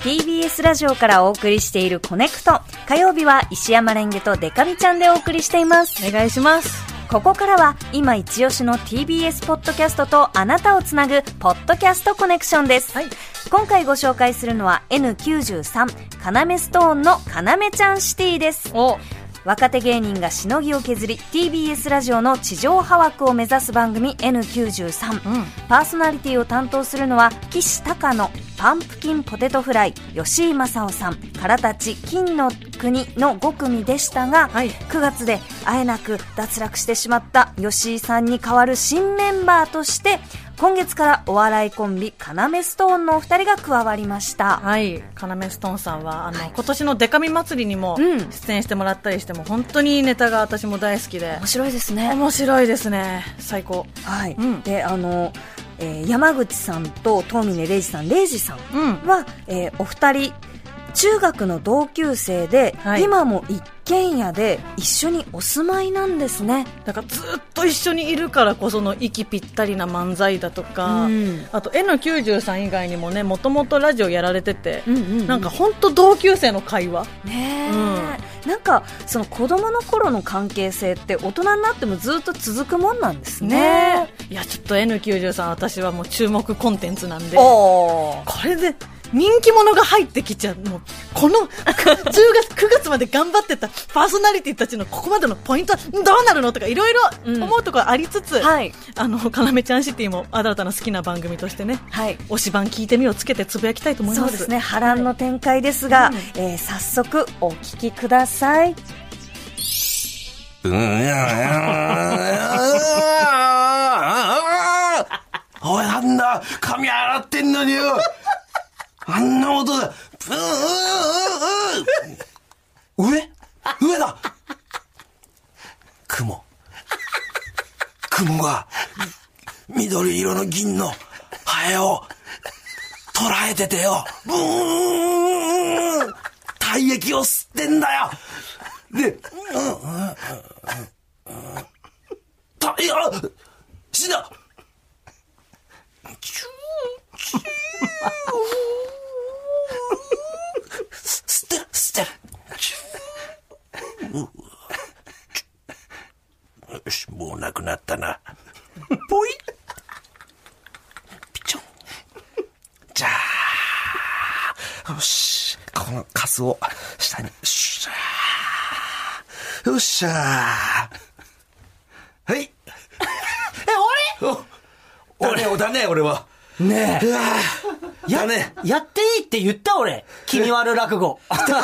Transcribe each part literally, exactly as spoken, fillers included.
ティービーエス ラジオからお送りしているコネクト。火曜日は石山レンゲとデカミちゃんでお送りしています。 お願いします。 ここからは今一押しの ティービーエス ポッドキャストとあなたをつなぐポッドキャストコネクションです、はい、今回ご紹介するのは エヌきゅうじゅうさん カナメストーンのカナメちゃんシティです。お若手芸人がしのぎを削り ティービーエス ラジオの地上波枠を目指す番組 エヌきゅうじゅうさん、うん、パーソナリティを担当するのは岸高野、パンプキンポテトフライ、吉井正夫さん、からたち金の国のご組でしたが、はい、くがつであえなく脱落してしまった吉井さんに代わる新メンバーとして今月からお笑いコンビカナメストーンのお二人が加わりました。 はい、カナメストーンさんはあの、はい、今年のデカミ祭りにも出演してもらったりしても、うん、本当にネタが私も大好きで面白いですね。 面白いですね、最高。 はい、うん、であのえー、山口さんと東峰礼二さん、礼二さんは、うんえー、お二人中学の同級生で、はい、今も一軒家で一緒にお住まいなんですね。 だからずっと一緒にいるからこその息ぴったりな漫才だとか、うん、あと エヌきゅうじゅうさん 以外にもね、もともとラジオやられてて、うんうんうん、なんか本当同級生の会話ね、うん、なんかその子供の頃の関係性って大人になってもずっと続くもんなんですね。 ね、いやちょっと エヌきゅうじゅうさん 私はもう注目コンテンツなんで、これで人気者が入ってきちゃう。もうこのじゅうがつくがつまで頑張ってたパーソナリティたちのここまでのポイントはどうなるのとかいろいろ思うところありつつ、うんはい、あのカナメちゃんシティも新たな好きな番組としてね、はい、推し番聞いてみようつけてつぶやきたいと思います。 そうですね、波乱の展開ですが、はいえー、早速お聞きください。うんおいなんだ髪洗ってんのによあんな音だ。上上だ。雲雲が緑色の銀のハエを捉えててよ。ブーン体液を吸ってんだよ。でたいや死んだ。吸ってる吸ってる。よしもうなくなったな。ぽいピチョン。じゃあよしこのカスを下によっしゃよっしゃはいえ俺おだねおだね俺はねえ。や、ね、やっていいって言った俺。気味悪落語。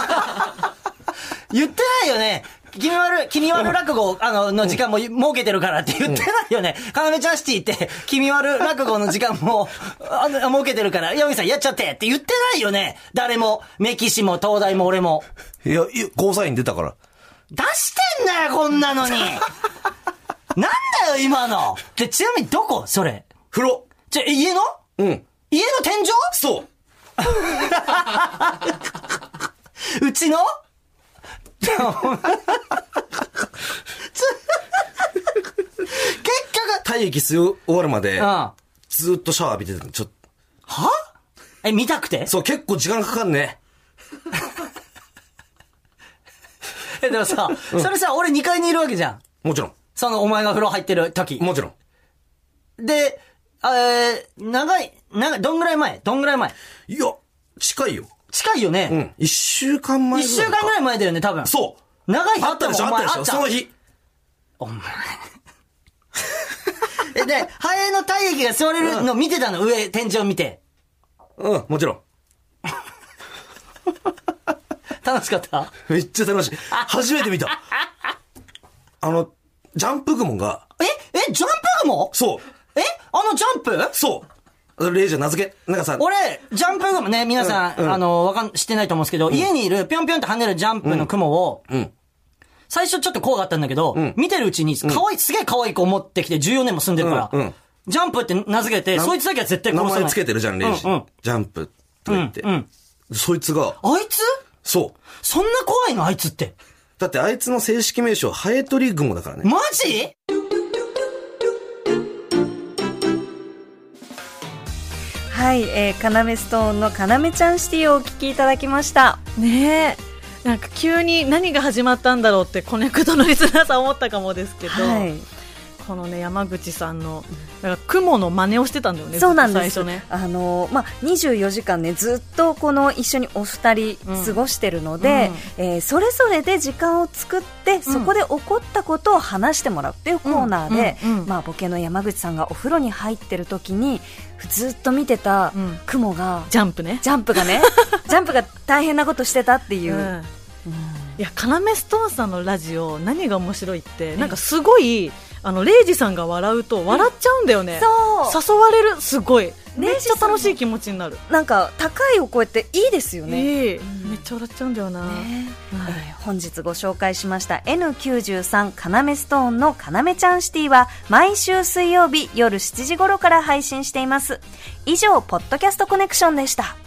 言ってないよね。気味悪、気味悪落語、あの、の時間も設けてるからって言ってないよね。カナメちゃんシティって、気味悪落語の時間も、あの、設けてるから、ヨミさんやっちゃってって言ってないよね。誰も、メキシも東大も俺も。 いや、ゴーサイン出たから。 出してんだよ、こんなのに。なんだよ、今の。で、ちなみにどこそれ。 風呂。 じゃ、家のうん。 家の天井？ そう。 うちの結局、 体液吸い終わるまで、うん、ずっとシャワー浴びてたの、ちょっと。 は？え、見たくて？ そう、結構時間かかんね。 え、でもさ、うん、それさ、俺にかいにいるわけじゃん。 もちろん。 その、お前が風呂入ってる時。 もちろん。 で、えー、長い、長い、どんぐらい前どんぐらい前いや、近いよ。 近いよね。 うん。一週間前ぐらい。 一週間ぐらい前だよね、多分。 そう。 長い日あったでしょ、あったでしょ、その日。 お前。え、で、ハエの体液が吸われるの見てたの、うん、上、天井見て。 うん、もちろん。 楽しかった？ めっちゃ楽しい。初めて見た。あの、ジャンプ雲が。 ええ、ジャンプ雲？ そう。 えあのジャンプ？ そう。レイジャー名付け。なんかさ。 俺、ジャンプ雲ね、皆さん、うんうん、あの、わかん、知ってないと思うんですけど、うん、家にいるぴょんぴょんって跳ねるジャンプの雲を、うんうん、最初ちょっと怖かったんだけど、うん、見てるうちに、可愛い、すげえ可愛い子持ってきてじゅうよねんも住んでるから、うんうん、ジャンプって名付けて、そいつだけは絶対殺さない。 名前つけてるじゃん、レイジ。うんうん、ジャンプと言って、うんうん。そいつが。 あいつ？ そう。 そんな怖いのあいつって。 だってあいつの正式名称、ハエトリグモだからね。 マジ？ ははい、えー、カナメストーンのカナメちゃんシティをお聞きいただきましたね。えなんか急に何が始まったんだろうってコネクトのリスナーさん思ったかもですけど、はい、このね山口さんのなんか雲の真似をしてたんだよね。 そうなんです。 最初ね、 あのまあ、にじゅうよじかんねずっとこの一緒にお二人過ごしてるので、うんえー、それぞれで時間を作って、うん、そこで起こったことを話してもらうっていうコーナーで、うんうんうんまあ、ボケの山口さんがお風呂に入ってる時にずっと見てた雲が、 うん、ジャンプねジャンプがねジャンプが大変なことしてたっていう、うんうんいやカナメストーンさんのラジオ何が面白いってなんかすごいあのレイジさんが笑うと笑っちゃうんだよね。そう誘われるすごいめっちゃ楽しい気持ちになる。 なんか高いお声っていいですよね。 いい、うん、めっちゃ笑っちゃうんだよな、ねはいえー、本日ご紹介しました エヌきゅうじゅうさん カナメストーンのカナメちゃんシティは毎週水曜日夜しちじ頃から配信しています。以上ポッドキャストコネクションでした。